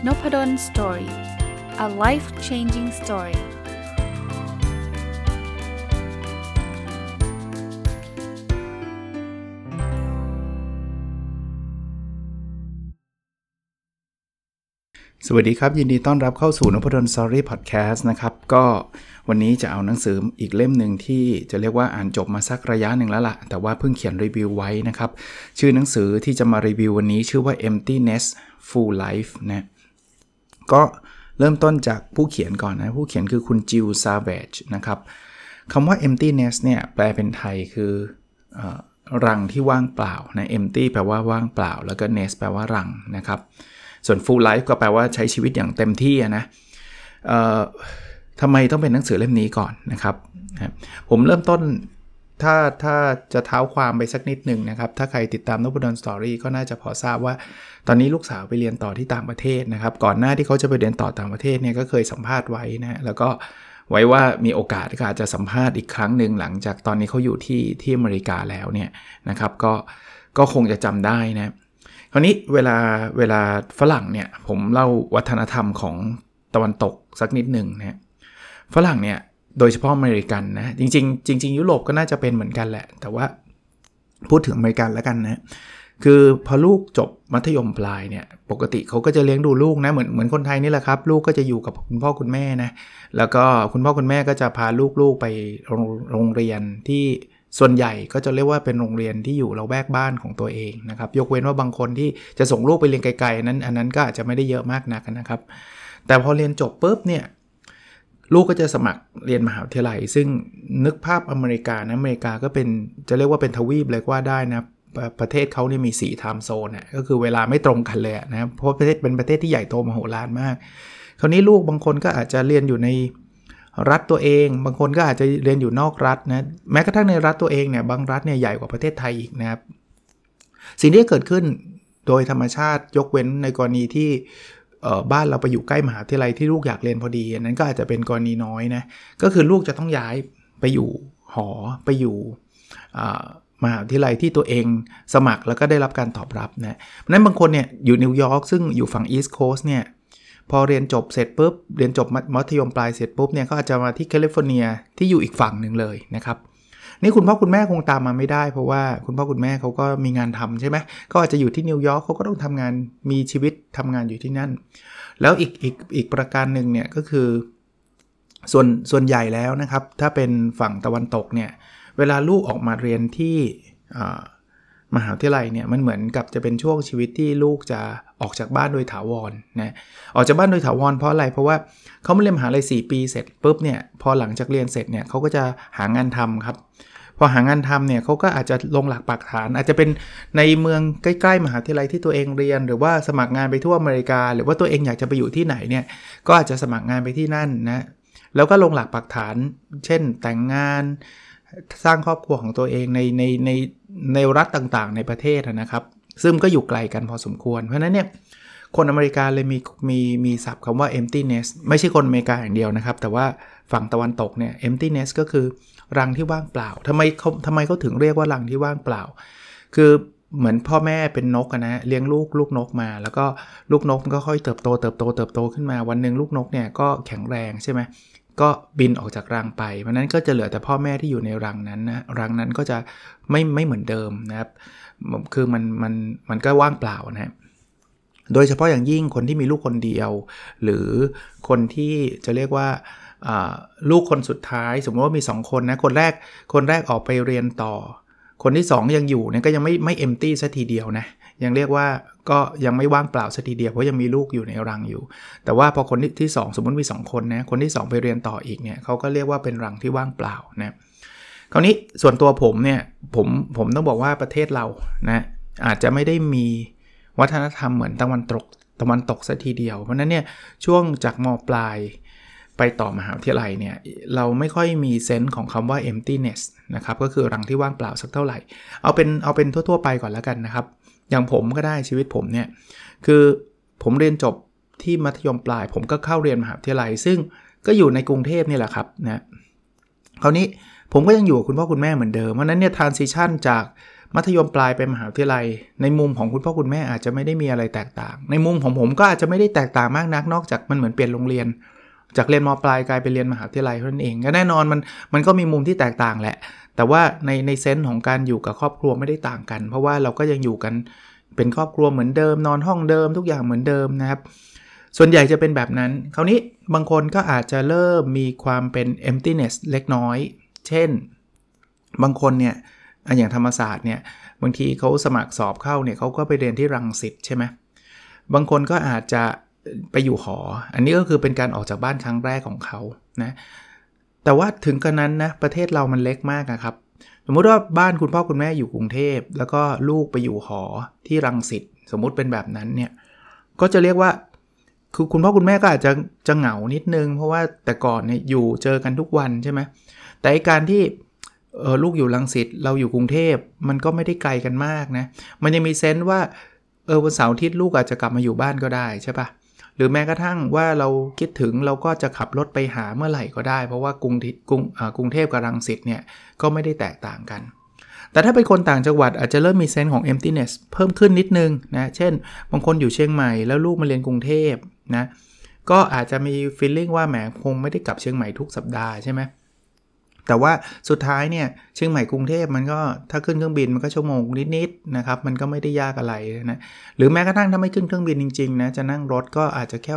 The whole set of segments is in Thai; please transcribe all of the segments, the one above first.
Nopadon Story. A life-changing story. สวัสดีครับยินดีต้อนรับเข้าสู่ Nopadon Story Podcast นะครับก็วันนี้จะเอาหนังสืออีกเล่มหนึ่งที่จะเรียกว่าอ่านจบมาสักระยะหนึ่งแล้วล่ะแต่ว่าเพิ่งเขียนรีวิวไว้นะครับชื่อหนังสือที่จะมารีวิววันนี้ชื่อว่า Empty Nest Full Life นะก็เริ่มต้นจากผู้เขียนก่อนนะผู้เขียนคือคุณจิล ซาเวจนะครับคำว่า Empty Nest เนี่ยแปลเป็นไทยคือรังที่ว่างเปล่านะ Empty แปลว่าว่างเปล่าแล้วก็ Nest แปลว่ารังนะครับส่วน full life ก็แปลว่าใช้ชีวิตอย่างเต็มที่นะทำไมต้องเป็นหนังสือเล่มนี้ก่อนนะครับผมเริ่มต้นถ้าจะเท้าความไปสักนิดหนึ่งนะครับถ้าใครติดตาม Nopadon Story ก็น่าจะพอทราบว่าตอนนี้ลูกสาวไปเรียนต่อที่ต่างประเทศนะครับก่อนหน้าที่เขาจะไปเรียนต่อต่างประเทศเนี่ยก็เคยสัมภาษณ์ไว้นะแล้วก็ไว้ว่ามีโอกาสก็อาจจะสัมภาษณ์อีกครั้งหนึ่งหลังจากตอนนี้เขาอยู่ที่อเมริกาแล้วเนี่ยนะครับก็คงจะจำได้นะคราวนี้เวลาฝรั่งเนี่ยผมเล่าวัฒนธรรมของตะวันตกสักนิดหนึ่งนะฝรั่งเนี่ยโดยเฉพาะอเมริกันนะจริงยุโรปก็น่าจะเป็นเหมือนกันแหละแต่ว่าพูดถึงอเมริกันแล้วกันนะคือพอลูกจบมัธยมปลายเนี่ยปกติเขาก็จะเลี้ยงดูลูกนะเหมือนคนไทยนี่แหละครับลูกก็จะอยู่กับคุณพ่อคุณแม่นะแล้วก็คุณพ่อคุณแม่ก็จะพาลูกๆไปโรงเรียนที่ส่วนใหญ่ก็จะเรียกว่าเป็นโรงเรียนที่อยู่ละแวกบ้านของตัวเองนะครับยกเว้นว่าบางคนที่จะส่งลูกไปเรียนไกลๆอันนั้นก็อาจจะไม่ได้เยอะมากนักนะครับแต่พอเรียนจบปุ๊บเนี่ยลูกก็จะสมัครเรียนมหาวิทยาลัยซึ่งนึกภาพอเมริกานะอเมริกาก็เป็นจะเรียกว่าเป็นทวีปเลยก็ว่าได้นะประเทศเขาเนี่ยมี4 time zone น่ะก็คือเวลาไม่ตรงกันเลยนะเพราะเป็นประเทศที่ใหญ่โตมโหฬารมากคราวนี้ลูกบางคนก็อาจจะเรียนอยู่ในรัฐตัวเองบางคนก็อาจจะเรียนอยู่นอกรัฐนะแม้กระทั่งในรัฐตัวเองเนี่ยบางรัฐเนี่ยใหญ่กว่าประเทศไทยอีกนะครับสิ่งที่เกิดขึ้นโดยธรรมชาติยกเว้นในกรณีที่บ้านเราไปอยู่ใกล้มหาวิทยาลัยที่ลูกอยากเรียนพอดีอันนั้นก็อาจจะเป็นกรณีน้อยนะก็คือลูกจะต้องย้ายไปอยู่หอไปอยู่มหาวิทยาลัยที่ตัวเองสมัครแล้วก็ได้รับการตอบรับนะเพราะฉะนั้นบางคนเนี่ยอยู่นิวยอร์กซึ่งอยู่ฝั่งอีสต์โคสต์เนี่ยพอเรียนจบเสร็จปุ๊บเรียนจบมัธยมปลายเสร็จปุ๊บเนี่ยก็อาจจะมาที่แคลิฟอร์เนียที่อยู่อีกฝั่งหนึ่งเลยนะครับนี่คุณพ่อคุณแม่คงตามมาไม่ได้เพราะว่าคุณพ่อคุณแม่เขาก็มีงานทำใช่ไหมก็อาจจะอยู่ที่นิวยอร์กเขาก็ต้องทำงานมีชีวิตทำงานอยู่ที่นั่นแล้วอีกประการหนึ่งเนี่ยก็คือส่วนใหญ่แล้วนะครับถ้าเป็นฝั่งตะวันตกเนี่ยเวลาลูกออกมาเรียนที่มหาวิทยาลัยเนี่ยมันเหมือนกับจะเป็นช่วงชีวิตที่ลูกจะออกจากบ้านโดยถาวรนะออกจากบ้านโดยถาวรเพราะอะไรเพราะว่าเขามาเรียนมหาลัย4 ปีเสร็จปุ๊บเนี่ยพอหลังจากเรียนเสร็จเนี่ยเขาก็จะหางานทำครับพอหางานทำเนี่ยเขาก็อาจจะลงหลักปักฐานอาจจะเป็นในเมืองใกล้ๆมหาวิทยาลัยที่ตัวเองเรียนหรือว่าสมัครงานไปทั่วอเมริกาหรือว่าตัวเองอยากจะไปอยู่ที่ไหนเนี่ยก็อาจจะสมัครงานไปที่นั่นนะแล้วก็ลงหลักปักฐานเช่นแต่งงานสร้างครอบครัวของตัวเองในรัฐต่างๆในประเทศนะครับซึ่งก็อยู่ไกลกันพอสมควรเพราะฉะนั้นเนี่ยคนอเมริกาเลยมีศัพท์คำว่า empty nest ไม่ใช่คนอเมริกาอย่างเดียวนะครับแต่ว่าฝั่งตะวันตกเนี่ย empty nest ก็คือรังที่ว่างเปล่าทำไมเขาถึงเรียกว่ารังที่ว่างเปล่าคือเหมือนพ่อแม่เป็นนกนะเลี้ยงลูกนกมาแล้วก็ลูกนกมันก็ค่อยเติบโตขึ้นมาวันนึงลูกนกเนี่ยก็แข็งแรงใช่ไหมก็บินออกจากรังไปเพราะนั้นก็จะเหลือแต่พ่อแม่ที่อยู่ในรังนั้นนะรังนั้นก็จะไม่เหมือนเดิมนะครับคือมันก็ว่างเปล่านะโดยเฉพาะอย่างยิ่งคนที่มีลูกคนเดียวหรือคนที่จะเรียกว่าลูกคนสุดท้ายสมมติว่ามี2คนนะคนแรกออกไปเรียนต่อคนที่2ยังอยู่เนี่ยก็ยังไม่ empty ซะทีเดียวนะยังเรียกว่าก็ยังไม่ว่างเปล่าซะทีเดียวเพราะยังมีลูกอยู่ในรังอยู่แต่ว่าพอคนที่2สมมติมี2คนนะคนที่2ไปเรียนต่ออีกเนี่ยเขาก็เรียกว่าเป็นรังที่ว่างเปล่านะคราวนี้ส่วนตัวผมเนี่ยผมต้องบอกว่าประเทศเรานะอาจจะไม่ได้มีวัฒนธรรมเหมือนตะวันตกซะทีเดียวเพราะนั้นเนี่ยช่วงจากม.ปลายไปต่อมหาวิทยาลัยเนี่ยเราไม่ค่อยมีเซนส์ของคำว่า emptiness นะครับก็คือรังที่ว่างเปล่าสักเท่าไหร่เอาเป็นทั่วๆไปก่อนแล้วกันนะครับอย่างผมก็ได้ชีวิตผมเนี่ยคือผมเรียนจบที่มัธยมปลายผมก็เข้าเรียนมหาวิทยาลัยซึ่งก็อยู่ในกรุงเทพนี่แหละครับนะคราวนี้ผมก็ยังอยู่กับคุณพ่อคุณแม่เหมือนเดิมเพราะนั้นเนี่ย transition จากมัธยมปลายไปมหาวิทยาลัยในมุมของคุณพ่อคุณแม่อาจจะไม่ได้มีอะไรแตกต่างในมุมของผมก็อาจจะไม่ได้แตกต่างมากนักนอกจากมันเหมือนเปลี่ยนโรงเรียนจากเรียนม.ปลายกลายไปเรียนมหาวิทยาลัยเท่านั้นเองก็แน่นอนมันก็มีมุมที่แตกต่างแหละแต่ว่าในเซนส์ของการอยู่กับครอบครัวไม่ได้ต่างกันเพราะว่าเราก็ยังอยู่กันเป็นครอบครัวเหมือนเดิมนอนห้องเดิมทุกอย่างเหมือนเดิมนะครับส่วนใหญ่จะเป็นแบบนั้นคราวนี้บางคนก็อาจจะเริ่มมีความเป็น emptiness เล็กน้อยเช่นบางคนเนี่ยอย่างธรรมศาสตร์เนี่ยบางทีเขาสมัครสอบเข้าเนี่ยเขาก็ไปเรียนที่รังสิตใช่ไหมบางคนก็อาจจะไปอยู่หออันนี้ก็คือเป็นการออกจากบ้านครั้งแรกของเขานะแต่ว่าถึงกระนั้นนะประเทศเรามันเล็กมากครับสมมุติว่าบ้านคุณพ่อคุณแม่อยู่กรุงเทพแล้วก็ลูกไปอยู่หอที่รังสิตสมมุติเป็นแบบนั้นเนี่ยก็จะเรียกว่าคือคุณพ่อคุณแม่ก็อาจจะเหงานิดนึงเพราะว่าแต่ก่อนเนี่ยอยู่เจอกันทุกวันใช่ไหมแต่การที่ลูกอยู่รังสิตเราอยู่กรุงเทพมันก็ไม่ได้ไกลกันมากนะมันยังมีเซนส์ว่าวันเสาร์อาทิตย์ลูกอาจจะกลับมาอยู่บ้านก็ได้ใช่ปะหรือแม้กระทั่งว่าเราคิดถึงเราก็จะขับรถไปหาเมื่อไหร่ก็ได้เพราะว่ากรุงเทพกับรังสิตเนี่ยก็ไม่ได้แตกต่างกันแต่ถ้าเป็นคนต่างจังหวัดอาจจะเริ่มมีเซนส์ของ emptiness เพิ่มขึ้นนิดนึงนะเช่นบางคนอยู่เชียงใหม่แล้วลูกมาเรียนกรุงเทพนะก็อาจจะมี feeling ว่าแหมคงไม่ได้กลับเชียงใหม่ทุกสัปดาห์ใช่ไหมแต่ว่าสุดท้ายเนี่ยเชียงใหม่กรุงเทพมันก็ถ้าขึ้นเครื่องบินมันก็ชั่วโมงนิดๆนะครับมันก็ไม่ได้ยากอะไรนะหรือแม้กระทั่งถ้าไม่ขึ้นเครื่องบินจริงๆนะจะนั่งรถก็อาจจะแค่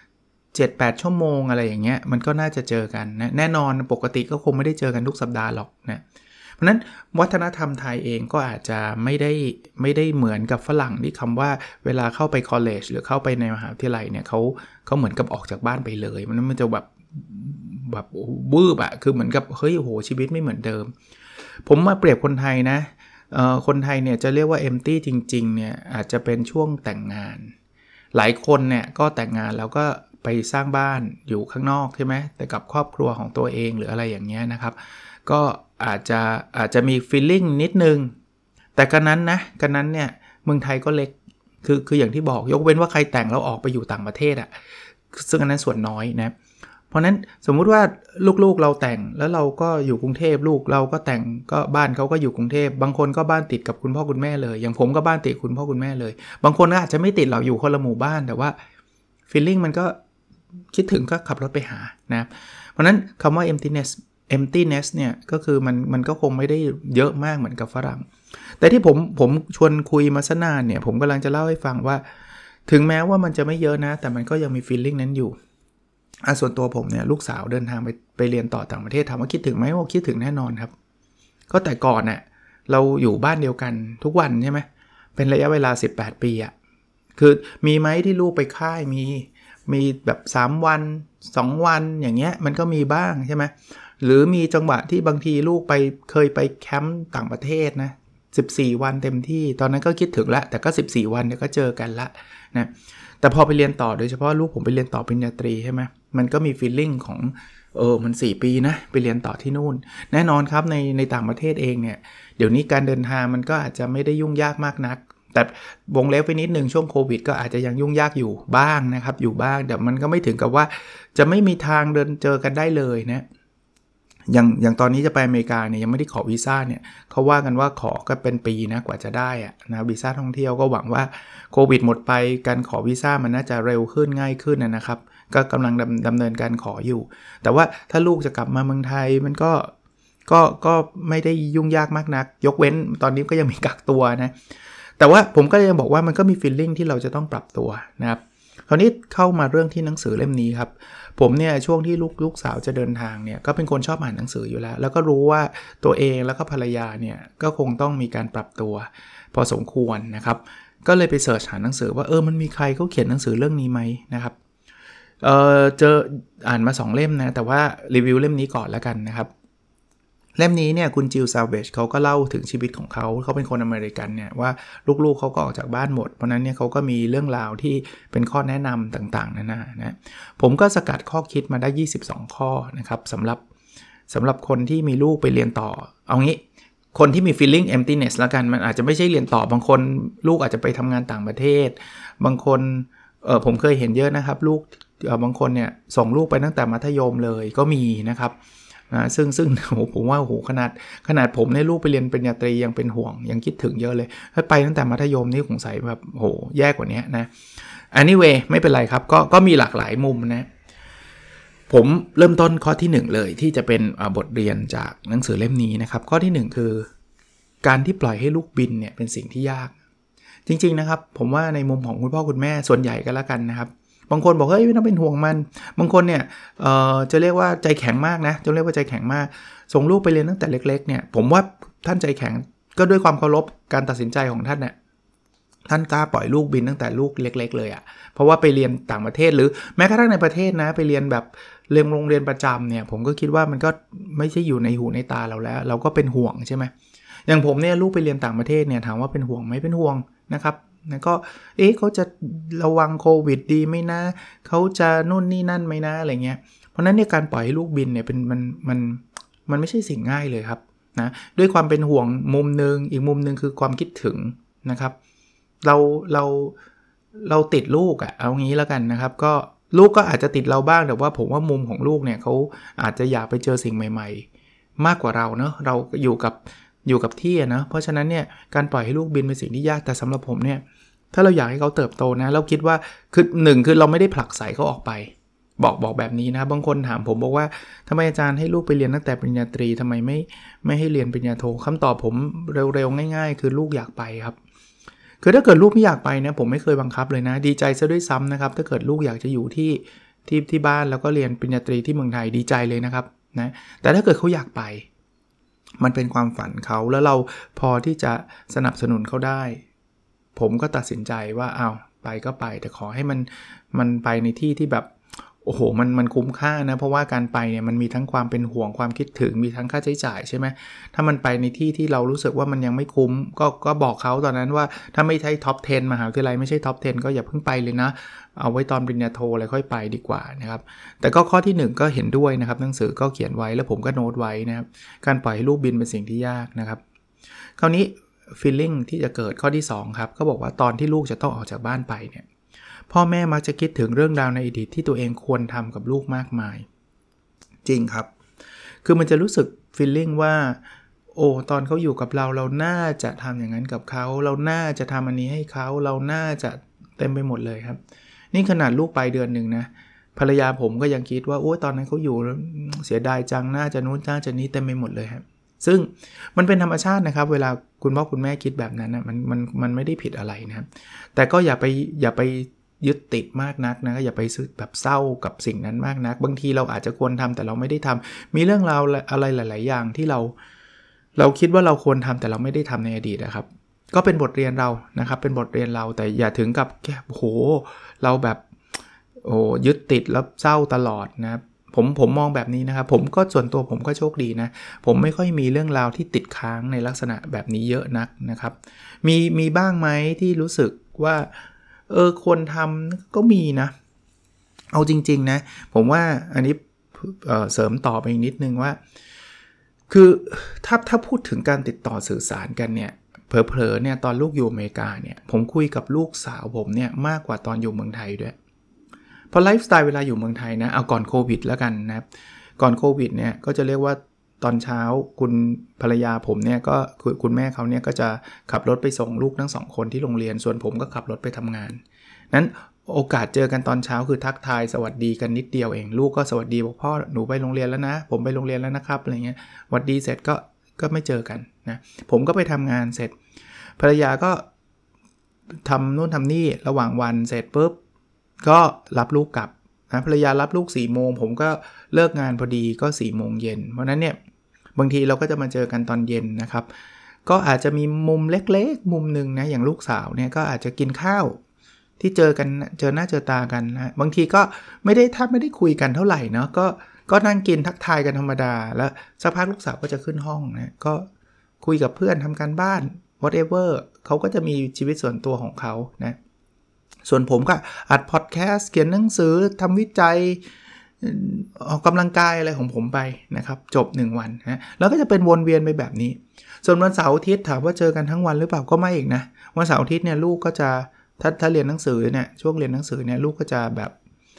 7-8 ชั่วโมงอะไรอย่างเงี้ยมันก็น่าจะเจอกันนะแน่นอนปกติก็คงไม่ได้เจอกันทุกสัปดาห์หรอกนะเพราะนั้นวัฒนธรรมไทยเองก็อาจจะไม่ได้เหมือนกับฝรั่งที่คำว่าเวลาเข้าไป college หรือเข้าไปในมหาวิทยาลัยเนี่ยเขาเหมือนกับออกจากบ้านไปเลยมันจะแบบวืบอะคือเหมือนกับเฮ้ยโหชีวิตไม่เหมือนเดิมผมมาเปรียบคนไทยนะคนไทยเนี่ยจะเรียกว่า empty จริงๆเนี่ยอาจจะเป็นช่วงแต่งงานหลายคนเนี่ยก็แต่งงานแล้วก็ไปสร้างบ้านอยู่ข้างนอกใช่ไหมแต่กับครอบครัวของตัวเองหรืออะไรอย่างเงี้ยนะครับก็อาจจะมี feeling นิดนึงแต่กันนั้นเนี่ยเมืองไทยก็เล็กคืออย่างที่บอกยกเว้นว่าใครแต่งแล้วออกไปอยู่ต่างประเทศอะซึ่งอันนั้นส่วนน้อยนะเพราะนั้นสมมุติว่าลูกๆเราแต่งแล้วเราก็อยู่กรุงเทพลูกเราก็แต่งก็บ้านเขาก็อยู่กรุงเทพบางคนก็บ้านติดกับคุณพ่อคุณแม่เลยอย่างผมก็บ้านติดคุณพ่อคุณแม่เลยบางคนก็อาจจะไม่ติดเราอยู่คนละหมู่บ้านแต่ว่า feeling มันก็คิดถึงก็ขับรถไปหานะเพราะนั้นคำว่า emptiness เนี่ยก็คือมันก็คงไม่ได้เยอะมากเหมือนกับฝรั่งแต่ที่ผมชวนคุยมาซะนานเนี่ยผมกำลังจะเล่าให้ฟังว่าถึงแม้ว่ามันจะไม่เยอะนะแต่มันก็ยังมี feeling นั้นอยู่ส่วนตัวผมเนี่ยลูกสาวเดินทางไปเรียนต่อต่างประเทศถามว่าคิดถึงไหมว่าคิดถึงแน่นอนครับก็แต่ก่อนเนี่ยเราอยู่บ้านเดียวกันทุกวันใช่ไหมเป็นระยะเวลา18 ปีอะคือมีไหมที่ลูกไปค่ายมีแบบ3วัน2วันอย่างเงี้ยมันก็มีบ้างใช่ไหมหรือมีจังหวะที่บางทีลูกเคยไปแคมป์ต่างประเทศนะ14 วันเต็มที่ตอนนั้นก็คิดถึงละแต่ก็14 วันเนี่ยก็เจอกันละนะแต่พอไปเรียนต่อโดยเฉพาะลูกผมไปเรียนต่อปริญญาตรีใช่ไหมมันก็มี feeling ของมัน4 ปีนะไปเรียนต่อที่นู่นแน่นอนครับในต่างประเทศเองเนี่ยเดี๋ยวนี้การเดินทางมันก็อาจจะไม่ได้ยุ่งยากมากนักแต่วงเล็บไปนิดนึงช่วงโควิดก็อาจจะยังยุ่งยากอยู่บ้างนะครับอยู่บ้างแต่มันก็ไม่ถึงกับว่าจะไม่มีทางเดินเจอกันได้เลยนะอย่างตอนนี้จะไปอเมริกาเนี่ยยังไม่ได้ขอวีซ่าเนี่ยเขาว่ากันว่าขอก็เป็นปีนะกว่าจะได้อะนะวีซ่าท่องเที่ยวก็หวังว่าโควิดหมดไปการขอวีซ่ามันน่าจะเร็วขึ้นง่ายขึ้นนะครับก็กำลังดำเนินการขออยู่แต่ว่าถ้าลูกจะกลับมาเมืองไทยมันก็ไม่ได้ยุ่งยากมากนักยกเว้นตอนนี้ก็ยังมีกักตัวนะแต่ว่าผมก็ยังบอกว่ามันก็มี feeling ที่เราจะต้องปรับตัวนะครับคราวนี้เข้ามาเรื่องที่หนังสือเล่มนี้ครับผมเนี่ยช่วงที่ลูกสาวจะเดินทางเนี่ยก็เป็นคนชอบอ่านหนังสืออยู่แล้วก็รู้ว่าตัวเองแล้วก็ภรรยาเนี่ยก็คงต้องมีการปรับตัวพอสมควรนะครับก็เลยไปเสิร์ชหาหนังสือว่ามันมีใครเขาเขียนหนังสือเรื่องนี้ไหมนะครับเจออ่านมา2 เล่มนะแต่ว่ารีวิวเล่มนี้ก่อนแล้วกันนะครับเล่มนี้เนี่ยคุณจิล ซาเวจเขาก็เล่าถึงชีวิตของเขาเป็นคนอเมริกันเนี่ยว่าลูกๆเขาก็ออกจากบ้านหมดเพราะนั้นเนี่ยเขาก็มีเรื่องราวที่เป็นข้อแนะนำต่างๆนะผมก็สกัดข้อคิดมาได้22 ข้อนะครับสำหรับคนที่มีลูกไปเรียนต่อเอางี้คนที่มี feeling emptiness ละกันมันอาจจะไม่ใช่เรียนต่อบางคนลูกอาจจะไปทำงานต่างประเทศบางคนผมเคยเห็นเยอะนะครับลูกบางคนเนี่ยส่งลูกไปตั้งแต่มัธยมเลยก็มีนะครับนะซึ่งผมว่าขนาดผมเนี่ยลูกไปเรียนปริญญาตรียังเป็นห่วงยังคิดถึงเยอะเลยถ้าไปตั้งแต่มัธยมนี่คงใส่แบบแย่กว่านี้นะ anyway ไม่เป็นไรครับก็มีหลากหลายมุมนะผมเริ่มต้นข้อที่1เลยที่จะเป็นบทเรียนจากหนังสือเล่มนี้นะครับข้อที่1คือการที่ปล่อยให้ลูกบินเนี่ยเป็นสิ่งที่ยากจริงๆนะครับผมว่าในมุมของคุณพ่อคุณแม่ส่วนใหญ่ก็แล้วกันนะครับบางคนบอกเฮ้ยไม่ต้องเป็นห่วงมันบางคนเนี่ยจะเรียกว่าใจแข็งมากนะจะเรียกว่าใจแข็งมากส่งลูกไปเรียนตั้งแต่เล็กๆเนี่ยผมว่าท่านใจแข็งก็ด้วยความเคารพการตัดสินใจของท่านเนี่ยท่านกล้าปล่อยลูกบินตั้งแต่ลูกเล็กๆเลยเพราะว่าไปเรียนต่างประเทศหรือแม้กระทั่งในประเทศนะไปเรียนแบบเรียนโรงเรียนประจำเนี่ยผมก็คิดว่ามันก็ไม่ใช่อยู่ในหูในตาเราแล้วเราก็เป็นห่วงใช่ไหมอย่างผมเนี่ยลูกไปเรียนต่างประเทศเนี่ยถามว่าเป็นห่วงไหมเป็นห่วงนะครับนะก็เขาจะระวังโควิดดีไหมนะเขาจะนู่นนี่นั่นไหมนะอะไรเงี้ยเพราะนั้นเนี่ยการปล่อยให้ลูกบินเนี่ยเป็นมันไม่ใช่สิ่งง่ายเลยครับนะด้วยความเป็นห่วงมุมนึงอีกมุมนึงคือความคิดถึงนะครับเราติดลูกเอางี้แล้วกันนะครับก็ลูกก็อาจจะติดเราบ้างแต่ว่าผมว่ามุมของลูกเนี่ยเขาอาจจะอยากไปเจอสิ่งใหม่ๆมากกว่าเราเนาะเราอยู่กับที่นะเพราะฉะนั้นเนี่ยการปล่อยให้ลูกบินเป็นสิ่งที่ยากแต่สำหรับผมเนี่ยถ้าเราอยากให้เขาเติบโตนะเราคิดว่าคือ1คือเราไม่ได้ผลักไสเขาออกไปบอกแบบนี้นะบางคนถามผมบอกว่าทำไมอาจารย์ให้ลูกไปเรียนตั้งแต่ปริญญาตรีทำไมไม่ให้เรียนปริญญาโทคำตอบผมเร็วๆง่ายๆคือลูกอยากไปครับคือถ้าเกิดลูกไม่อยากไปนะผมไม่เคยบังคับเลยนะดีใจซะด้วยซ้ำนะครับถ้าเกิดลูกอยากจะอยู่ที่บ้านแล้วก็เรียนปริญญาตรีที่เมืองไทยดีใจเลยนะครับนะแต่ถ้าเกิดเขาอยากไปมันเป็นความฝันเขาแล้วเราพอที่จะสนับสนุนเขาได้ผมก็ตัดสินใจว่าไปก็ไปแต่ขอให้มันไปในที่ที่แบบโอ้โหมันคุ้มค่านะเพราะว่าการไปเนี่ยมันมีทั้งความเป็นห่วงความคิดถึงมีทั้งค่าใช้จ่ายใช่ไหมถ้ามันไปในที่เรารู้สึกว่ามันยังไม่คุ้มก็บอกเขาตอนนั้นว่าถ้าไม่ใช่ท็อป 10 มหาวิทยาลัยไม่ใช่ท็อป 10 ก็อย่าเพิ่งไปเลยนะเอาไว้ตอนปริญญาโทอะไรค่อยไปดีกว่านะครับแต่ก็ข้อที่1ก็เห็นด้วยนะครับหนังสือก็เขียนไว้แล้วผมก็โน้ตไว้นะครับการปล่อยให้ลูกบินเป็นสิ่งที่ยากนะครับคราวนี้ feeling ที่จะเกิดข้อที่2ครับก็บอกว่าตอนที่ลูกจะต้องออกจากบ้านไปเนี่ยพ่อแม่มักจะคิดถึงเรื่องราวในอดีตที่ตัวเองควรทำกับลูกมากมายจริงครับคือมันจะรู้สึก feeling ว่าตอนเขาอยู่กับเราน่าจะทำอย่างนั้นกับเขาเราน่าจะทำอันนี้ให้เขาเราน่าจะเต็มไปหมดเลยครับนี่ขนาดลูกไปเดือนนึงนะภรรยาผมก็ยังคิดว่าตอนนั้นเขาอยู่เสียดายจังน่าจะนู้นน่าจะนี้เต็มไปหมดเลยครับซึ่งมันเป็นธรรมชาตินะครับเวลาคุณพ่อคุณแม่คิดแบบนั้นนะมันไม่ได้ผิดอะไรนะครับแต่ก็อย่าไปยึดติดมากนักนะอย่าไปแบบเศร้ากับสิ่งนั้นมากนักบางทีเราอาจจะควรทำแต่เราไม่ได้ทำมีเรื่องราวอะไรหลายๆอย่างที่เราคิดว่าเราควรทำแต่เราไม่ได้ทำในอดีตนะครับก็เป็นบทเรียนเรานะครับเป็นบทเรียนเราแต่อย่าถึงกับเราแบบยึดติดแล้วเศร้าตลอดนะครับผมมองแบบนี้นะครับผมก็ส่วนตัวผมก็โชคดีนะผมไม่ค่อยมีเรื่องราวที่ติดค้างในลักษณะแบบนี้เยอะนักนะครับมีบ้างไหมที่รู้สึกว่าควรทำก็มีนะเอาจริงๆนะผมว่าอันนี้เสริมต่อไปอีกนิดนึงว่าคือถ้าพูดถึงการติดต่อสื่อสารกันเนี่ยเผลอๆเนี่ยตอนลูกอยู่อเมริกาเนี่ยผมคุยกับลูกสาวผมเนี่ยมากกว่าตอนอยู่เมืองไทยด้วยเพราะไลฟ์สไตล์เวลาอยู่เมืองไทยนะเอาก่อนโควิดแล้วกันนะครับก่อนโควิดเนี่ยก็จะเรียกว่าตอนเช้าคุณภรรยาผมเนี่ยก็คุณแม่เขาเนี่ยก็จะขับรถไปส่งลูกทั้ง2คนที่โรงเรียนส่วนผมก็ขับรถไปทำงานนั้นโอกาสเจอกันตอนเช้าคือทักทายสวัสดีกันนิดเดียวเองลูกก็สวัสดีบอกพ่อหนูไปโรงเรียนแล้วนะผมไปโรงเรียนแล้วนะครับอะไรเงี้ยสวัสดีเสร็จก็ไม่เจอกันนะผมก็ไปทำงานเสร็จภรรยาก็ทำนู่นทำนี่ระหว่างวันเสร็จปุ๊บก็รับลูกกลับนะภรรยารับลูก 4 โมงผมก็เลิกงานพอดีก็ 4 โมงเย็นเพราะนั้นเนี่ยบางทีเราก็จะมาเจอกันตอนเย็นนะครับก็อาจจะมีมุมเล็กๆมุมนึงนะอย่างลูกสาวเนี่ยก็อาจจะกินข้าวที่เจอกันเจอหน้าเจอตากันนะบางทีก็ไม่ได้คุยกันเท่าไหร่เนาะก็นั่งกินทักทายกันธรรมดาแล้วสักพักลูกสาวก็จะขึ้นห้องนะก็คุยกับเพื่อนทำการบ้าน whatever เขาก็จะมีชีวิตส่วนตัวของเขานะส่วนผมก็อัดพอดแคสต์เขียนหนังสือทำวิจัยออกกำลังกายอะไรของผมไปนะครับจบ1วันนะแล้วก็จะเป็นวนเวียนไปแบบนี้ส่วนวันเสาร์อาทิตย์ถามว่าเจอกันทั้งวันหรือเปล่าก็ไม่อีกนะวันเสาร์อาทิตย์เนี่ยลูกก็จะถ้าเรียนหนังสือเนี่ยช่วงเรียนหนังสือเนี่ยลูกก็จะแบบ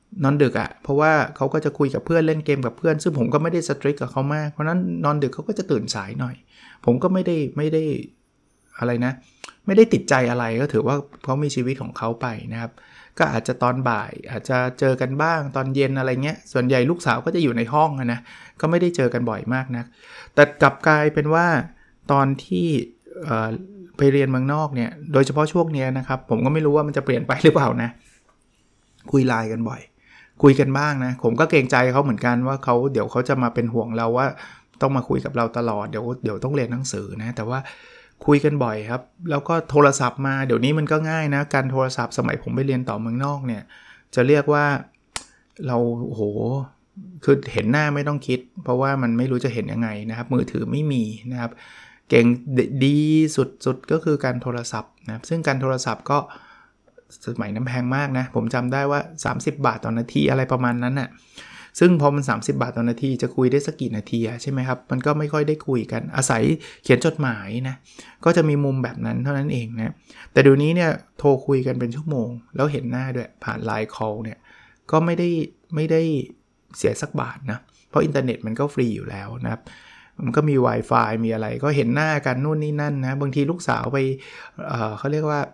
นอนดึกเพราะว่าเขาก็จะคุยกับเพื่อนเล่นเกมกับเพื่อนซึ่งผมก็ไม่ได้สตริกกับเขามากเพราะนั้นนอนดึกเขาก็จะตื่นสายหน่อยผมก็ไม่ได้อะไรนะไม่ได้ติดใจอะไรก็ถือว่าเขามีชีวิตของเขาไปนะครับก็อาจจะตอนบ่ายอาจจะเจอกันบ้างตอนเย็นอะไรเงี้ยส่วนใหญ่ลูกสาวก็จะอยู่ในห้องนะก็ไม่ได้เจอกันบ่อยมากนักแต่กลับกลายเป็นว่าตอนที่ไปเรียนเมืองนอกเนี่ยโดยเฉพาะช่วงนี้นะครับผมก็ไม่รู้ว่ามันจะเปลี่ยนไปหรือเปล่านะคุยไลน์กันบ่อยคุยกันบ้างนะผมก็เกรงใจเขาเหมือนกันว่าเดี๋ยวเขาจะมาเป็นห่วงเราว่าต้องมาคุยกับเราตลอดเดี๋ยวต้องเรียนหนังสือนะแต่ว่าคุยกันบ่อยครับแล้วก็โทรศัพท์มาเดี๋ยวนี้มันก็ง่ายนะการโทรศัพท์สมัยผมไปเรียนต่อเมืองนอกเนี่ยจะเรียกว่าเราโหคือเห็นหน้าไม่ต้องคิดเพราะว่ามันไม่รู้จะเห็นยังไงนะครับมือถือไม่มีนะครับเก่งดีสุดก็คือการโทรศัพท์นะครับซึ่งการโทรศัพท์ก็สมัยนั้นแพงมากนะผมจำได้ว่า30 บาทต่อนาทีอะไรประมาณนั้นน่ะซึ่งพอมัน30 บาทต่อนาทีจะคุยได้สักกี่นาทีใช่ไหมครับมันก็ไม่ค่อยได้คุยกันอาศัยเขียนจดหมายนะก็จะมีมุมแบบนั้นเท่านั้นเองนะแต่เดี๋ยวนี้เนี่ยโทรคุยกันเป็นชั่วโมงแล้วเห็นหน้าด้วยผ่าน LINE Call เนี่ยก็ไม่ได้เสียสักบาทนะเพราะอินเทอร์เน็ตมันก็ฟรีอยู่แล้วนะครับมันก็มี Wi-Fi มีอะไรก็เห็นหน้ากันนู่นนี่นั่นนะบางทีลูกสาวไปเขาเรียกว่า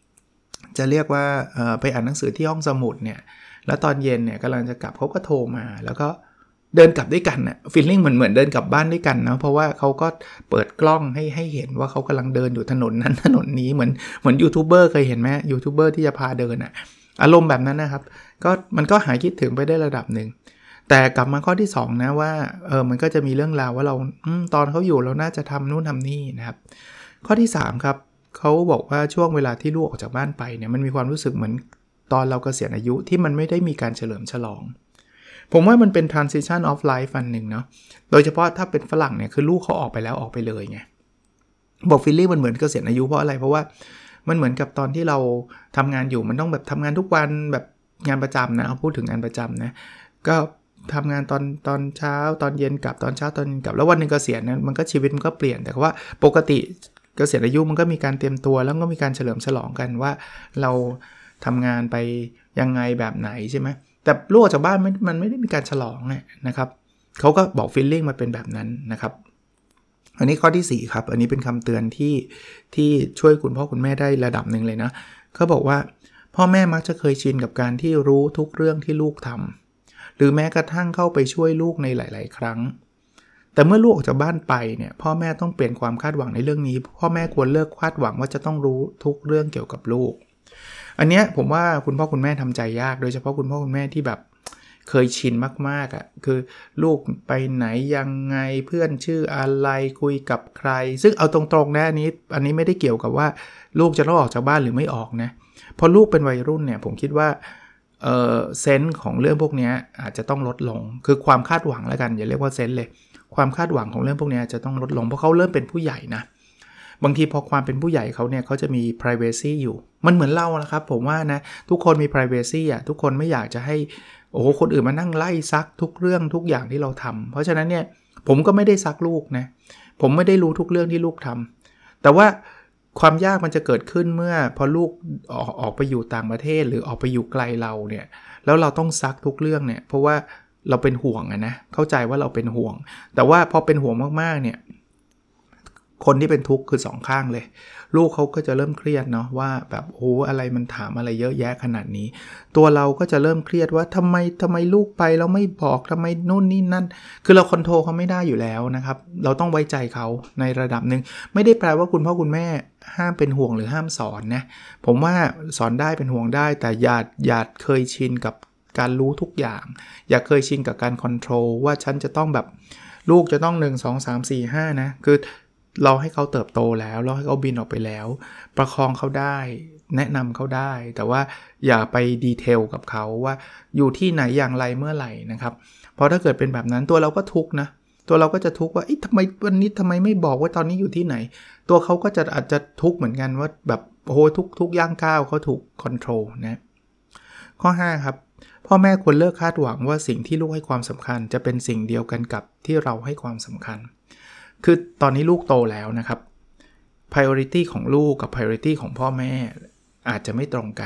ไปอ่านหนังสือที่ห้องสมุดเนี่ยแล้วตอนเย็นเนี่ยกำลังจะกลับเขาก็โทรมาแล้วก็เดินกลับด้วยกันน่ะฟีลลิ่งเหมือนเดินกลับบ้านด้วยกันนะเพราะว่าเขาก็เปิดกล้องให้เห็นว่าเขากำลังเดินอยู่ถนนนั้นถนนนี้เหมือนยูทูบเบอร์เคยเห็นไหมยูทูบเบอร์ที่จะพาเดินอารมณ์แบบนั้นนะครับก็มันก็หายคิดถึงไปได้ระดับหนึ่งแต่กลับมาข้อที่2นะว่ามันก็จะมีเรื่องราวว่าเราตอนเขาอยู่เราน่าจะทำนู่นทำนี่นะครับข้อที่3ครับเขาบอกว่าช่วงเวลาที่ลูกออกจากบ้านไปเนี่ยมันมีความรู้สึกเหมือนตอนเราเกษียณอายุที่มันไม่ได้มีการเฉลิมฉลองผมว่ามันเป็น transition of life อันหนึ่งเนาะโดยเฉพาะถ้าเป็นฝรั่งเนี่ยคือลูกเขาออกไปแล้วออกไปเลยไงบอกฟีลลิ่งมันเหมือนเกษียณอายุเพราะอะไรเพราะว่ามันเหมือนกับตอนที่เราทำงานอยู่มันต้องแบบทำงานทุกวันแบบงานประจำนะเอาพูดถึงงานประจำนะก็ทำงานตอนเช้าตอนเย็นกลับตอนเช้าตอนเย็นกลับแล้ววันนึงเกษียณนั้นมันก็ชีวิตมันก็เปลี่ยนแต่ว่าปกติเกษียณอายุมันก็มีการเตรียมตัวแล้วก็มีการเฉลิมฉลองกันว่าเราทำงานไปยังไงแบบไหนใช่ไหมแต่ลูกจากบ้านมันไม่ได้มีการฉลองนะครับเขาก็บอกฟีลลิ่งมาเป็นแบบนั้นนะครับอันนี้ข้อที่4ครับอันนี้เป็นคำเตือนที่ช่วยคุณพ่อคุณแม่ได้ระดับหนึ่งเลยนะเขาบอกว่าพ่อแม่มักจะเคยชินกับการที่รู้ทุกเรื่องที่ลูกทำหรือแม้กระทั่งเข้าไปช่วยลูกในหลายๆครั้งแต่เมื่อลูกออกจากบ้านไปเนี่ยพ่อแม่ต้องเปลี่ยนความคาดหวังในเรื่องนี้พ่อแม่ควรเลิกคาดหวังว่าจะต้องรู้ทุกเรื่องเกี่ยวกับลูกอันเนี้ยผมว่าคุณพ่อคุณแม่ทำใจยากโดยเฉพาะคุณพ่อคุณแม่ที่แบบเคยชินมากๆคือลูกไปไหนยังไงเพื่อนชื่ออะไรคุยกับใครซึ่งเอาตรงๆนะอันนี้ไม่ได้เกี่ยวกับว่าลูกจะต้องออกจากบ้านหรือไม่ออกนะพอลูกเป็นวัยรุ่นเนี่ยผมคิดว่าเซนส์ของเรื่องพวกนี้อาจจะต้องลดลงคือความคาดหวังแล้วกันอย่าเรียกว่าเซนส์เลยความคาดหวังของเรื่องพวกนี้จะต้องลดลงเพราะเขาเริ่มเป็นผู้ใหญ่นะบางทีพอความเป็นผู้ใหญ่เขาเนี่ยเขาจะมี privacy อยู่มันเหมือนเราละครับผมว่านะทุกคนมี privacy ทุกคนไม่อยากจะให้คนอื่นมานั่งไล่ซักทุกเรื่องทุกอย่างที่เราทำเพราะฉะนั้นเนี่ยผมก็ไม่ได้ซักลูกนะผมไม่ได้รู้ทุกเรื่องที่ลูกทำแต่ว่าความยากมันจะเกิดขึ้นเมื่อพอลูกออกไปอยู่ต่างประเทศหรือออกไปอยู่ไกลเราเนี่ยแล้วเราต้องซักทุกเรื่องเนี่ยเพราะว่าเราเป็นห่วงนะเข้าใจว่าเราเป็นห่วงแต่ว่าพอเป็นห่วงมากๆเนี่ยคนที่เป็นทุกข์คือ2ข้างเลยลูกเขาก็จะเริ่มเครียดเนาะว่าแบบอะไรมันถามอะไรเยอะแยะขนาดนี้ตัวเราก็จะเริ่มเครียดว่าทำไมลูกไปแล้วไม่บอกทำไมนู่นนี่นั่นคือเราคอนโทรลเขาไม่ได้อยู่แล้วนะครับเราต้องไว้ใจเขาในระดับนึงไม่ได้แปลว่าคุณพ่อคุณแม่ห้ามเป็นห่วงหรือห้ามสอนนะผมว่าสอนได้เป็นห่วงได้แต่อย่าเคยชินกับการรู้ทุกอย่างอย่าเคยชินกับการคอนโทรลว่าฉันจะต้องแบบลูกจะต้อง1 2 3 4 5นะคือเราให้เขาเติบโตแล้วเราให้เขาบินออกไปแล้วประคองเขาได้แนะนำเขาได้แต่ว่าอย่าไปดีเทลกับเขาว่าอยู่ที่ไหนอย่างไรเมื่อไหร่นะครับเพราะถ้าเกิดเป็นแบบนั้นตัวเราก็ทุกข์นะตัวเราก็จะทุกข์ว่าทำไมวันนี้ทำไมไม่บอกว่าตอนนี้อยู่ที่ไหนตัวเขาก็จะอาจจะทุกข์เหมือนกันว่าแบบทุกย่างก้าวเขาถูกคอนโทรลนะข้อ5ครับพ่อแม่ควรเลิกคาดหวังว่าสิ่งที่ลูกให้ความสำคัญจะเป็นสิ่งเดียวกันกับที่เราให้ความสำคัญคือตอนนี้ลูกโตแล้วนะครับ priority ของลูกกับ priority ของพ่อแม่อาจจะไม่ตรงกัน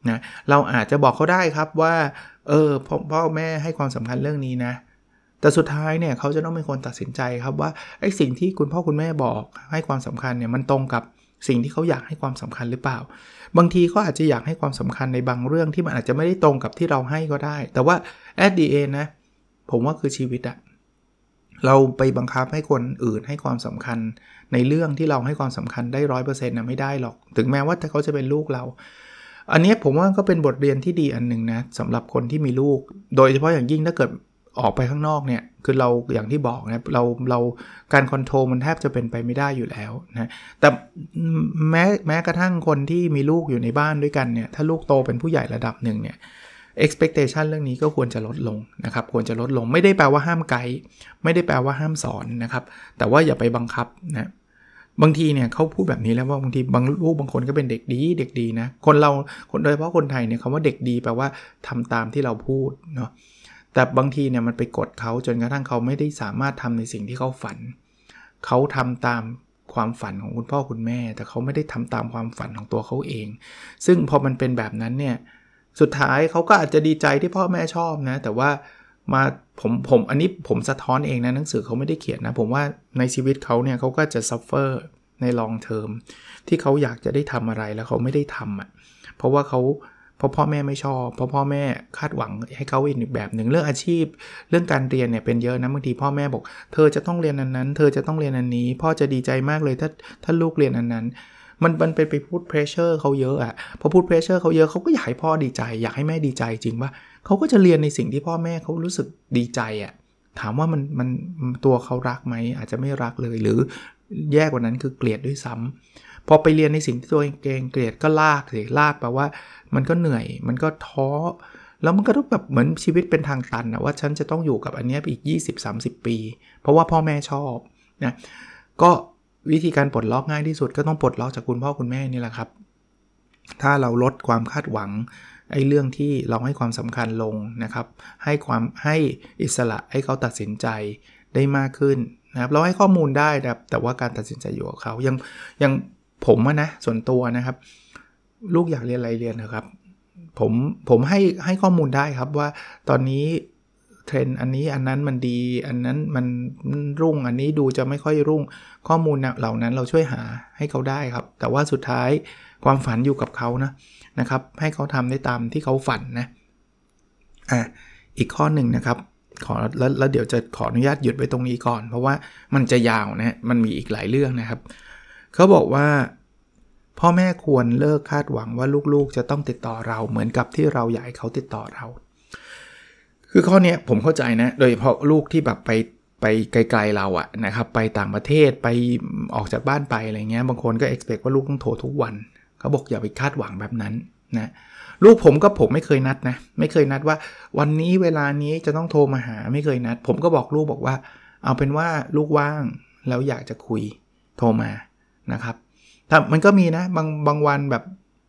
นะเราอาจจะบอกเขาได้ครับว่าพ่อแม่ให้ความสำคัญเรื่องนี้นะแต่สุดท้ายเนี่ยเขาจะต้องเป็นคนตัดสินใจครับว่าไอ้สิ่งที่คุณพ่อคุณแม่บอกให้ความสำคัญเนี่ยมันตรงกับสิ่งที่เขาอยากให้ความสำคัญหรือเปล่าบางทีเขาอาจจะอยากให้ความสำคัญในบางเรื่องที่มันอาจจะไม่ได้ตรงกับที่เราให้ก็ได้แต่ว่า at the end นะผมว่าคือชีวิตอะเราไปบังคับให้คนอื่นให้ความสำคัญในเรื่องที่เราให้ความสำคัญได้ 100% นะไม่ได้หรอกถึงแม้ว่าเขาจะเป็นลูกเราอันนี้ผมว่าก็เป็นบทเรียนที่ดีอันนึงนะสำหรับคนที่มีลูกโดยเฉพาะอย่างยิ่งถ้าเกิดออกไปข้างนอกเนี่ยคือเราอย่างที่บอกนะเราการคอนโทรลมันแทบจะเป็นไปไม่ได้อยู่แล้วนะแต่แม้กระทั่งคนที่มีลูกอยู่ในบ้านด้วยกันเนี่ยถ้าลูกโตเป็นผู้ใหญ่ระดับหนึ่งเนี่ย expectation เรื่องนี้ก็ควรจะลดลงนะครับควรจะลดลงไม่ได้แปลว่าห้ามไกด์ไม่ได้แปลว่าห้ามสอนนะครับแต่ว่าอย่าไปบังคับนะบางทีเนี่ยเขาพูดแบบนี้แล้วว่าบางทีบางลูกบางคนก็เป็นเด็กดีนะคนโดยเฉพาะคนไทยเนี่ยคำว่าเด็กดีแปลว่าทำตามที่เราพูดเนาะแต่บางทีเนี่ยมันไปกดเขาจนกระทั่งเขาไม่ได้สามารถทำในสิ่งที่เขาฝันเขาทำตามความฝันของคุณพ่อคุณแม่แต่เขาไม่ได้ทำตามความฝันของตัวเขาเองซึ่งพอมันเป็นแบบนั้นเนี่ยสุดท้ายเขาก็อาจจะดีใจที่พ่อแม่ชอบนะแต่ว่ามาผมอันนี้ผมสะท้อนเองนะหนังสือเขาไม่ได้เขียนนะผมว่าในชีวิตเขาเนี่ยเขาก็จะ suffer ใน long term ที่เขาอยากจะได้ทำอะไรแล้วเขาไม่ได้ทำอ่ะเพราะพ่อแม่ไม่ชอบเพราะพ่อแม่คาดหวังให้เขาอีกแบบหนึ่งเรื่องอาชีพเรื่องการเรียนเนี่ยเป็นเยอะนะบางทีพ่อแม่บอกเธอจะต้องเรียนอันนั้นเธอจะต้องเรียนอันนี้พ่อจะดีใจมากเลยถ้าลูกเรียนอันนั้นมันไปพูดเพรสเชอร์เขาเยอะอ่ะพอพูดเพรสเชอร์เขาเยอะเขาก็อยากให้พ่อดีใจอยากให้แม่ดีใจจริงป่ะเขาก็จะเรียนในสิ่งที่พ่อแม่เขารู้สึกดีใจอ่ะถามว่ามันตัวเขารักไหมอาจจะไม่รักเลยหรือแย่กว่านั้นคือเกลียดด้วยซ้ำพอไปเรียนในสิ่งที่ตัวเองเกลียดก็ลากแปลว่ามันก็เหนื่อยมันก็ท้อแล้วมันก็ต้องแบบเหมือนชีวิตเป็นทางตันนะว่าฉันจะต้องอยู่กับอันนี้ไปอีก 20-30 ปีเพราะว่าพ่อแม่ชอบนะก็วิธีการปลดล็อกง่ายที่สุดก็ต้องปลดล็อกจากคุณพ่อคุณแม่นี่แหละครับถ้าเราลดความคาดหวังไอ้เรื่องที่เราให้ความสำคัญลงนะครับให้อิสระให้เขาตัดสินใจได้มากขึ้นนะครับเราให้ข้อมูลได้แต่ว่าการตัดสินใจอยู่กับเขายังผมนะส่วนตัวนะครับลูกอยากเรียนอะไรเรียนนะครับผมให้ข้อมูลได้ครับว่าตอนนี้เทรนด์อันนี้อันนั้นมันดีอันนั้นมันรุ่งอันนี้ดูจะไม่ค่อยรุ่งข้อมูลเหล่านั้นเราช่วยหาให้เขาได้ครับแต่ว่าสุดท้ายความฝันอยู่กับเขานะครับให้เขาทำได้ตามที่เขาฝันนะอีกข้อหนึ่งนะครับขอแล้วเดี๋ยวจะขออนุญาตหยุดไว้ตรงนี้ก่อนเพราะว่ามันจะยาวนะมันมีอีกหลายเรื่องนะครับเขาบอกว่าพ่อแม่ควรเลิกคาดหวังว่าลูกๆจะต้องติดต่อเราเหมือนกับที่เราอยากให้เขาติดต่อเราคือข้อนี้ผมเข้าใจนะโดยเฉพาะลูกที่แบบไปไกลๆเราอะนะครับไปต่างประเทศไปออกจากบ้านไปอะไรเงี้ยบางคนก็ expect ว่าลูกต้องโทรทุกวันเขาบอกอย่าไปคาดหวังแบบนั้นนะลูกผมไม่เคยนัดนะไม่เคยนัดว่าวันนี้เวลานี้จะต้องโทรมาหาไม่เคยนัดผมก็บอกลูกบอกว่าเอาเป็นว่าลูกว่างแล้วอยากจะคุยโทรมานะครับแต่มันก็มีนะบางวันแบบ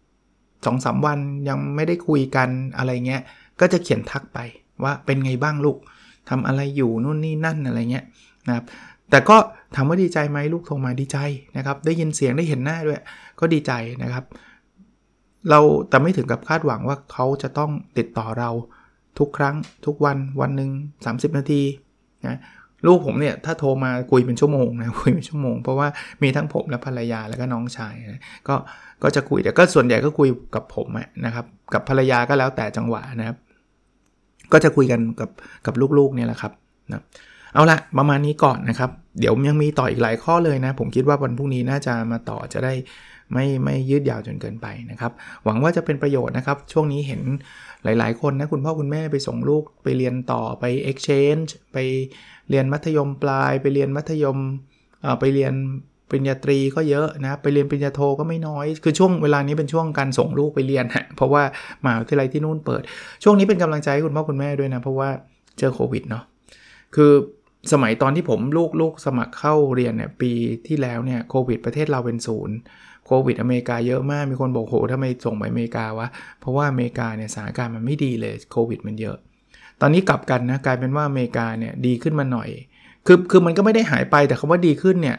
2-3 วันยังไม่ได้คุยกันอะไรเงี้ยก็จะเขียนทักไปว่าเป็นไงบ้างลูกทำอะไรอยู่นู่นนี่นั่นอะไรเงี้ยนะครับแต่ก็ถามว่าดีใจไหมลูกโทรมาดีใจนะครับได้ยินเสียงได้เห็นหน้าด้วยก็ดีใจนะครับเราแต่ไม่ถึงกับคาดหวังว่าเขาจะต้องติดต่อเราทุกครั้งทุกวันหนึ่ง30 นาทีนะลูกผมเนี่ยถ้าโทรมาคุยเป็นชั่วโมงนะคุยเป็นชั่วโมงเพราะว่ามีทั้งผมและภรรยาแล้วก็น้องชายนะก็จะคุยแต่ก็ส่วนใหญ่ก็คุยกับผมนะครับกับภรรยาก็แล้วแต่จังหวะนะครับก็จะคุยกันกับลูกๆเนี่ยแหละครับนะเอาละประมาณนี้ก่อนนะครับเดี๋ยวยังมีต่ออีกหลายข้อเลยนะผมคิดว่าวันพรุ่งนี้น่าจะมาต่อจะได้ไม่ยืดยาวจนเกินไปนะครับหวังว่าจะเป็นประโยชน์นะครับช่วงนี้เห็นหลายๆคนนะคุณพ่อคุณแม่ไปส่งลูกไปเรียนต่อไป exchange ไปเรียนมัธยมปลายไปเรียนมัธยมไปเรียนปริญญาตรีก็เยอะนะไปเรียนปริญญาโทก็ไม่น้อยคือช่วงเวลานี้เป็นช่วงการส่งลูกไปเรียนฮะเพราะว่ามหาวิทยาลัยที่นู่นเปิดช่วงนี้เป็นกำลังใจให้คุณพ่อคุณแม่ด้วยนะเพราะว่าเจอโควิดเนาะคือสมัยตอนที่ผมลูกสมัครเข้าเรียนเนี่ยปีที่แล้วเนี่ยโควิดประเทศเราเป็นศูนย์โควิดอเมริกาเยอะมากมีคนบอกโหทำไมส่งไปอเมริกาวะเพราะว่าอเมริกาเนี่ยสถานการณ์มันไม่ดีเลยโควิดมันเยอะตอนนี้กลับกันนะกลายเป็นว่าอเมริกาเนี่ยดีขึ้นมาหน่อยคือมันก็ไม่ได้หายไปแต่คำว่าดีขึ้นเนี่ย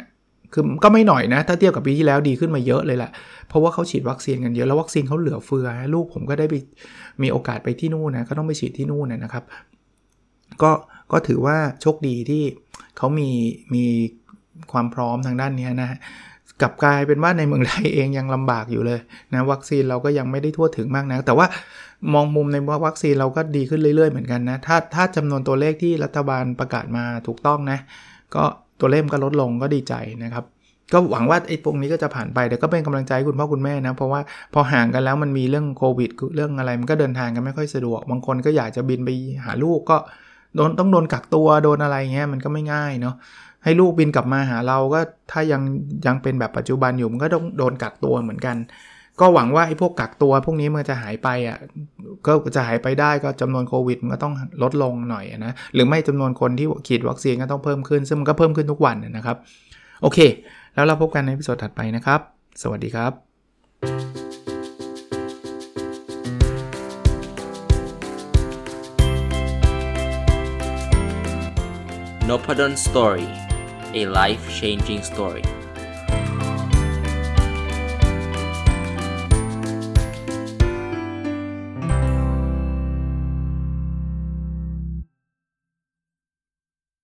คือก็ไม่หน่อยนะถ้าเทียบกับปีที่แล้วดีขึ้นมาเยอะเลยแหละเพราะว่าเขาฉีดวัคซีนกันเยอะแล้ววัคซีนเขาเหลือเฟือลูกผมก็ได้ไปมีโอกาสไปที่นู่นนะก็ต้องไปฉีดที่นู่นนะครับก็ถือว่าโชคดีที่เขามีความพร้อมทางด้านนี้นะกลับกลายเป็นว่าในเมืองไทยเองยังลำบากอยู่เลยนะวัคซีนเราก็ยังไม่ได้ทั่วถึงมากนะแต่ว่ามองมุมในวัคซีนเราก็ดีขึ้นเรื่อยๆเหมือนกันนะถ้าจำนวนตัวเลขที่รัฐบาลประกาศมาถูกต้องนะก็ตัวเลขก็ลดลงก็ดีใจนะครับก็หวังว่าไอ้พวกนี้ก็จะผ่านไปแต่ก็เป็นกำลังใจคุณพ่อคุณแม่นะเพราะว่าพอห่างกันแล้วมันมีเรื่องโควิดเรื่องอะไรมันก็เดินทางกันไม่ค่อยสะดวกบางคนก็อยากจะบินไปหาลูกก็ต้องโดนกักตัวโดนอะไรเงี้ยมันก็ไม่ง่ายเนาะให้ลูกบินกลับมาหาเราก็ถ้ายังเป็นแบบปัจจุบันอยู่มันก็ต้องโดนกักตัวเหมือนกันก็หวังว่าไอ้พวกกักตัวพวกนี้มันจะหายไปก็จะหายไปได้ก็จำนวนโควิดมันก็ต้องลดลงหน่อยนะหรือไม่จำนวนคนที่ฉีดวัคซีนก็ต้องเพิ่มขึ้นซึ่งมันก็เพิ่มขึ้นทุกวันนะครับโอเคแล้วเราพบกันในอีพิโซดถัดไปนะครับสวัสดีครับ Nopadon Story, a life-changing story.